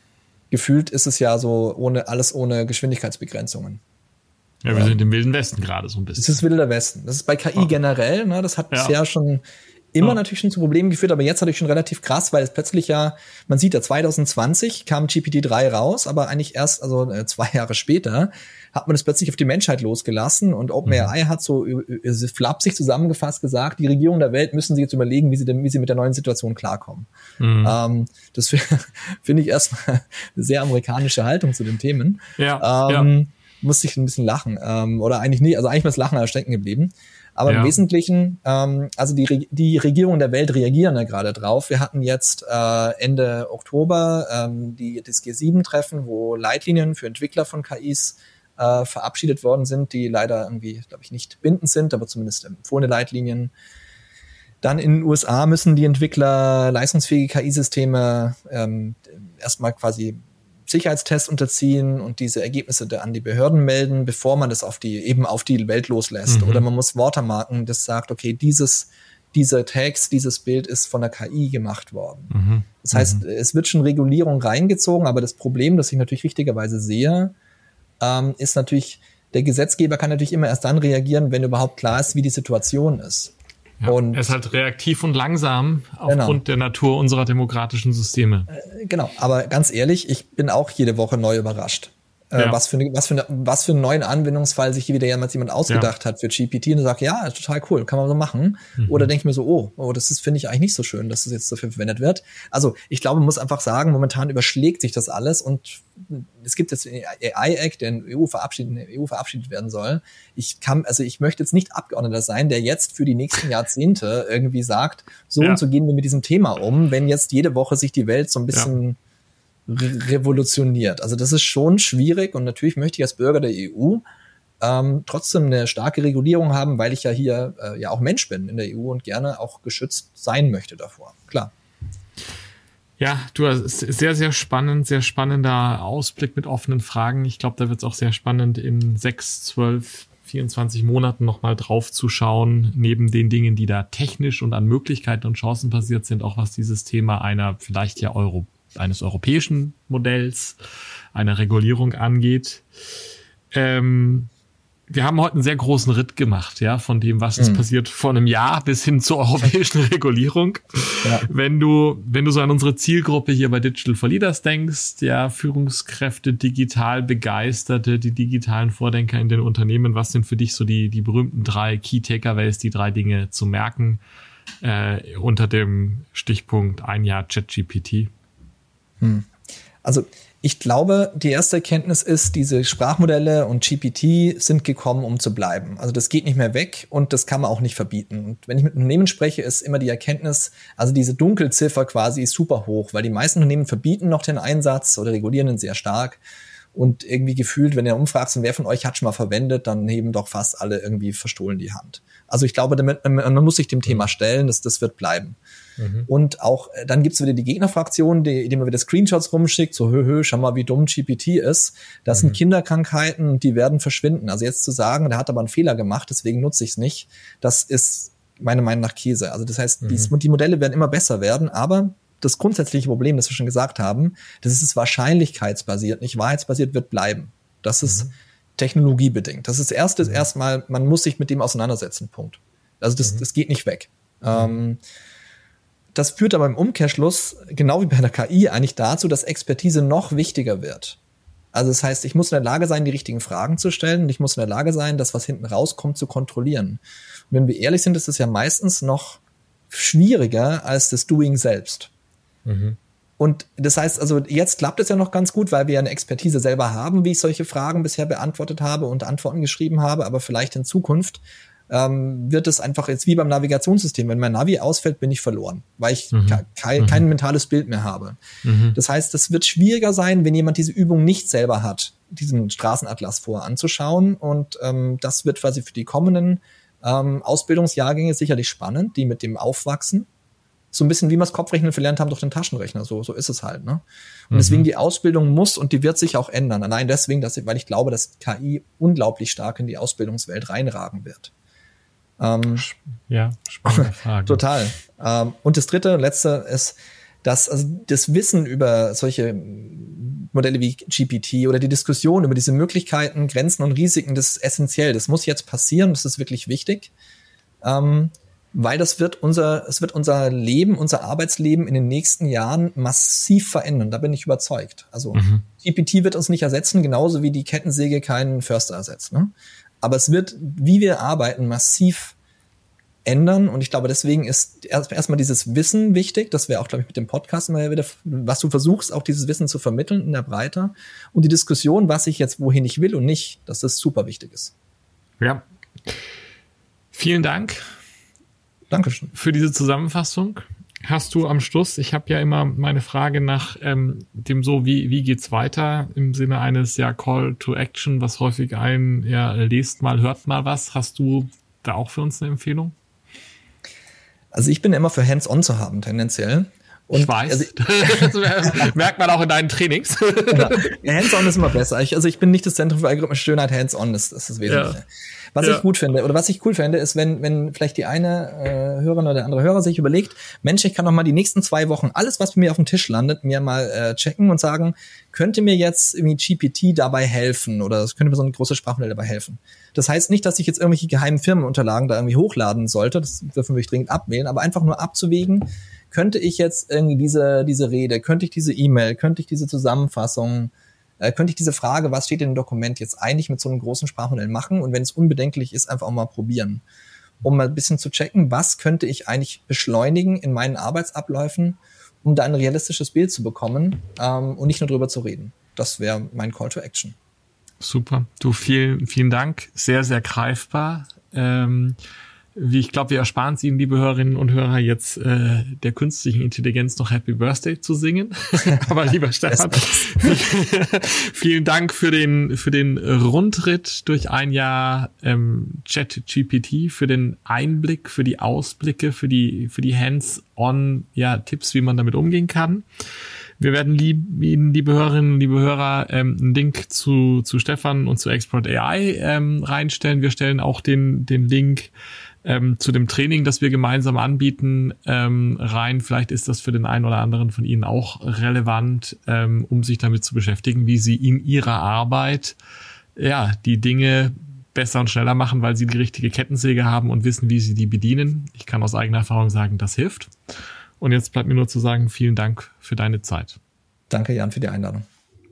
gefühlt ist es ja so ohne alles ohne Geschwindigkeitsbegrenzungen. Ja, wir sind im Wilden Westen gerade so ein bisschen. Das ist Wilder Westen. Das ist bei K I oh. generell. Ne? Das hat ja. bisher schon immer oh. natürlich schon zu Problemen geführt, aber jetzt natürlich schon relativ krass, weil es plötzlich ja, man sieht ja, zwanzig zwanzig kam G P T drei raus, aber eigentlich erst, also äh, zwei Jahre später, hat man es plötzlich auf die Menschheit losgelassen und OpenAI mhm. hat so äh, flapsig zusammengefasst gesagt, die Regierungen der Welt müssen sich jetzt überlegen, wie sie denn, wie sie mit der neuen Situation klarkommen. Mhm. Ähm, das finde ich erstmal eine sehr amerikanische Haltung zu den Themen. Ja, ähm, ja. Musste ich ein bisschen lachen. Ähm, oder eigentlich nicht, also eigentlich war das Lachen stecken geblieben. Aber ja. im Wesentlichen, ähm, also die, die Regierungen der Welt reagieren ja gerade drauf. Wir hatten jetzt äh, Ende Oktober ähm, die, das G sieben Treffen, wo Leitlinien für Entwickler von K Is äh, verabschiedet worden sind, die leider irgendwie, glaube ich, nicht bindend sind, aber zumindest empfohlene Leitlinien. Dann in den U S A müssen die Entwickler leistungsfähige K I-Systeme ähm, erstmal quasi Sicherheitstests unterziehen und diese Ergebnisse an die Behörden melden, bevor man das auf die, eben auf die Welt loslässt. Mhm. Oder man muss Watermarken, das sagt, okay, dieses, dieser Text, dieses Bild ist von der K I gemacht worden. Mhm. Das heißt, mhm. es wird schon Regulierung reingezogen, aber das Problem, das ich natürlich richtigerweise sehe, ähm, ist natürlich, der Gesetzgeber kann natürlich immer erst dann reagieren, wenn überhaupt klar ist, wie die Situation ist. Ja, und er ist halt reaktiv und langsam aufgrund genau. der Natur unserer demokratischen Systeme. Äh, genau, aber ganz ehrlich, ich bin auch jede Woche neu überrascht. Äh, ja. was, für eine, was, für eine, was für einen neuen Anwendungsfall sich wieder jemand ausgedacht ja. hat für G P T und sagt, ja, total cool, kann man so machen. Mhm. Oder denke ich mir so, oh, oh das ist, finde ich eigentlich nicht so schön, dass das jetzt dafür verwendet wird. Also ich glaube, man muss einfach sagen, momentan überschlägt sich das alles und es gibt jetzt den A I-Act, der in der E U verabschiedet, in der E U verabschiedet werden soll. Ich kann, also ich möchte jetzt nicht Abgeordneter sein, der jetzt für die nächsten Jahrzehnte irgendwie sagt, so ja. und so gehen wir mit diesem Thema um, wenn jetzt jede Woche sich die Welt so ein bisschen ja. revolutioniert. Also das ist schon schwierig und natürlich möchte ich als Bürger der E U ähm, trotzdem eine starke Regulierung haben, weil ich ja hier äh, ja auch Mensch bin in der E U und gerne auch geschützt sein möchte davor. Klar. Ja, du hast sehr, sehr spannend, sehr spannender Ausblick mit offenen Fragen. Ich glaube, da wird es auch sehr spannend, in sechs, zwölf, vierundzwanzig Monaten nochmal drauf zu schauen, neben den Dingen, die da technisch und an Möglichkeiten und Chancen basiert sind, auch was dieses Thema einer vielleicht ja Euro eines europäischen Modells, einer Regulierung angeht. Ähm, wir haben heute einen sehr großen Ritt gemacht, ja, von dem, was mhm. ist passiert vor einem Jahr bis hin zur europäischen Regulierung. Ja. Wenn du, wenn du so an unsere Zielgruppe hier bei Digital for Leaders denkst, ja, Führungskräfte, digital Begeisterte, die digitalen Vordenker in den Unternehmen, was sind für dich so die, die berühmten drei Key Takeaways, die drei Dinge zu merken, äh, unter dem Stichpunkt ein Jahr ChatGPT? Hm. Also ich glaube, die erste Erkenntnis ist, diese Sprachmodelle und G P T sind gekommen, um zu bleiben. Also das geht nicht mehr weg und das kann man auch nicht verbieten. Und wenn ich mit Unternehmen spreche, ist immer die Erkenntnis, also diese Dunkelziffer quasi ist super hoch, weil die meisten Unternehmen verbieten noch den Einsatz oder regulieren ihn sehr stark. Und irgendwie gefühlt, wenn ihr umfragt, wer von euch hat schon mal verwendet, dann heben doch fast alle irgendwie verstohlen die Hand. Also ich glaube, damit, man muss sich dem Thema stellen, das, das wird bleiben. Mhm. Und auch, dann gibt's wieder die Gegnerfraktion, die, die man wieder Screenshots rumschickt, so hö, hö, schau mal, wie dumm G P T ist. Das mhm. sind Kinderkrankheiten, die werden verschwinden. Also jetzt zu sagen, der hat aber einen Fehler gemacht, deswegen nutze ich es nicht, das ist meiner Meinung nach Käse. Also das heißt, mhm. die, die Modelle werden immer besser werden, aber das grundsätzliche Problem, das wir schon gesagt haben, das ist es wahrscheinlichkeitsbasiert, nicht wahrheitsbasiert, wird bleiben. Das ist mhm. technologiebedingt. Das ist das Erste, mhm. erstmal, man muss sich mit dem auseinandersetzen, Punkt. Also das, mhm. das geht nicht weg. Mhm. Ähm, das führt aber im Umkehrschluss, genau wie bei der K I, eigentlich dazu, dass Expertise noch wichtiger wird. Also das heißt, ich muss in der Lage sein, die richtigen Fragen zu stellen und ich muss in der Lage sein, das, was hinten rauskommt, zu kontrollieren. Und wenn wir ehrlich sind, ist es ja meistens noch schwieriger als das Doing selbst. Mhm. Und das heißt, also jetzt klappt es ja noch ganz gut, weil wir ja eine Expertise selber haben, wie ich solche Fragen bisher beantwortet habe und Antworten geschrieben habe, aber vielleicht in Zukunft ähm, wird es einfach jetzt wie beim Navigationssystem. Wenn mein Navi ausfällt, bin ich verloren, weil ich mhm. ke- kein mhm. mentales Bild mehr habe. Mhm. Das heißt, es wird schwieriger sein, wenn jemand diese Übung nicht selber hat, diesen Straßenatlas vor anzuschauen. Und ähm, das wird quasi für die kommenden ähm, Ausbildungsjahrgänge sicherlich spannend, die mit dem aufwachsen. So ein bisschen wie wir das Kopfrechnen verlernt haben durch den Taschenrechner. So, so ist es halt, ne? Und mhm. deswegen die Ausbildung muss und die wird sich auch ändern. Allein deswegen, dass, weil ich glaube, dass K I unglaublich stark in die Ausbildungswelt reinragen wird. Ähm, ja, spannende Frage. Total. Ähm, und das dritte und letzte ist, dass also das Wissen über solche Modelle wie G P T oder die Diskussion über diese Möglichkeiten, Grenzen und Risiken, das ist essentiell. Das muss jetzt passieren. Das ist wirklich wichtig. Ähm, Weil das wird unser, es wird unser Leben, unser Arbeitsleben in den nächsten Jahren massiv verändern. Da bin ich überzeugt. Also mhm. G P T wird uns nicht ersetzen, genauso wie die Kettensäge keinen Förster ersetzt. Ne? Aber es wird, wie wir arbeiten, massiv ändern. Und ich glaube, deswegen ist erst, erstmal dieses Wissen wichtig. Das wäre auch, glaube ich, mit dem Podcast immer wieder, was du versuchst, auch dieses Wissen zu vermitteln in der Breite. Und die Diskussion, was ich jetzt, wohin ich will und nicht, dass das super wichtig ist. Ja. Vielen Dank. Dankeschön. Für diese Zusammenfassung. Hast du am Schluss, ich habe ja immer meine Frage nach ähm, dem so, wie wie geht's weiter im Sinne eines ja Call to Action, was häufig ein, ja, lest mal, hört mal was. Hast du da auch für uns eine Empfehlung? Also ich bin immer für Hands-on zu haben, tendenziell. Und ich weiß, also, das merkt man auch in deinen Trainings. Ja, Hands-on ist immer besser. Ich, also ich bin nicht das Zentrum für algorithmische Schönheit, Hands-on ist, ist das Wesentliche. Ja. Was ja. ich gut finde, oder was ich cool fände, ist, wenn wenn vielleicht die eine äh, Hörerin oder der andere Hörer sich überlegt, Mensch, ich kann doch mal die nächsten zwei Wochen alles, was bei mir auf dem Tisch landet, mir mal äh, checken und sagen, könnte mir jetzt irgendwie G P T dabei helfen oder es könnte mir so ein großes Sprachmodell dabei helfen. Das heißt nicht, dass ich jetzt irgendwelche geheimen Firmenunterlagen da irgendwie hochladen sollte, das dürfen wir dringend abwählen, aber einfach nur abzuwägen, könnte ich jetzt irgendwie diese diese Rede, könnte ich diese E-Mail, könnte ich diese Zusammenfassung, äh, könnte ich diese Frage, was steht in dem Dokument, jetzt eigentlich mit so einem großen Sprachmodell machen und wenn es unbedenklich ist, einfach auch mal probieren, um mal ein bisschen zu checken, was könnte ich eigentlich beschleunigen in meinen Arbeitsabläufen, um da ein realistisches Bild zu bekommen ähm, und nicht nur drüber zu reden. Das wäre mein Call to Action. Super. Du, vielen, vielen Dank. Sehr, sehr greifbar. Ähm, wie ich glaube, wir ersparen es Ihnen, liebe Hörerinnen und Hörer, jetzt äh, der künstlichen Intelligenz noch Happy Birthday zu singen. Aber lieber Stefan, vielen Dank für den für den Rundritt durch ein Jahr ähm, ChatGPT, für den Einblick, für die Ausblicke, für die für die Hands-on ja Tipps, wie man damit umgehen kann. Wir werden lieb, Ihnen, liebe Hörerinnen, liebe Hörer, ähm, einen Link zu zu Stefan und zu Expert A I ähm, reinstellen. Wir stellen auch den den Link ähm, zu dem Training, das wir gemeinsam anbieten, ähm, rein. Vielleicht ist das für den einen oder anderen von Ihnen auch relevant, ähm, um sich damit zu beschäftigen, wie Sie in Ihrer Arbeit ja die Dinge besser und schneller machen, weil Sie die richtige Kettensäge haben und wissen, wie Sie die bedienen. Ich kann aus eigener Erfahrung sagen, das hilft. Und jetzt bleibt mir nur zu sagen, vielen Dank für deine Zeit. Danke, Jan, für die Einladung.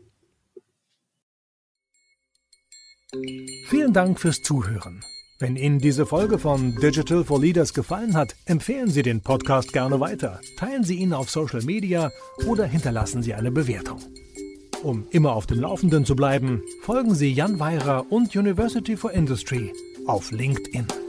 Vielen Dank fürs Zuhören. Wenn Ihnen diese Folge von Digital for Leaders gefallen hat, empfehlen Sie den Podcast gerne weiter, teilen Sie ihn auf Social Media oder hinterlassen Sie eine Bewertung. Um immer auf dem Laufenden zu bleiben, folgen Sie Jan Weyra und University for Industry auf LinkedIn.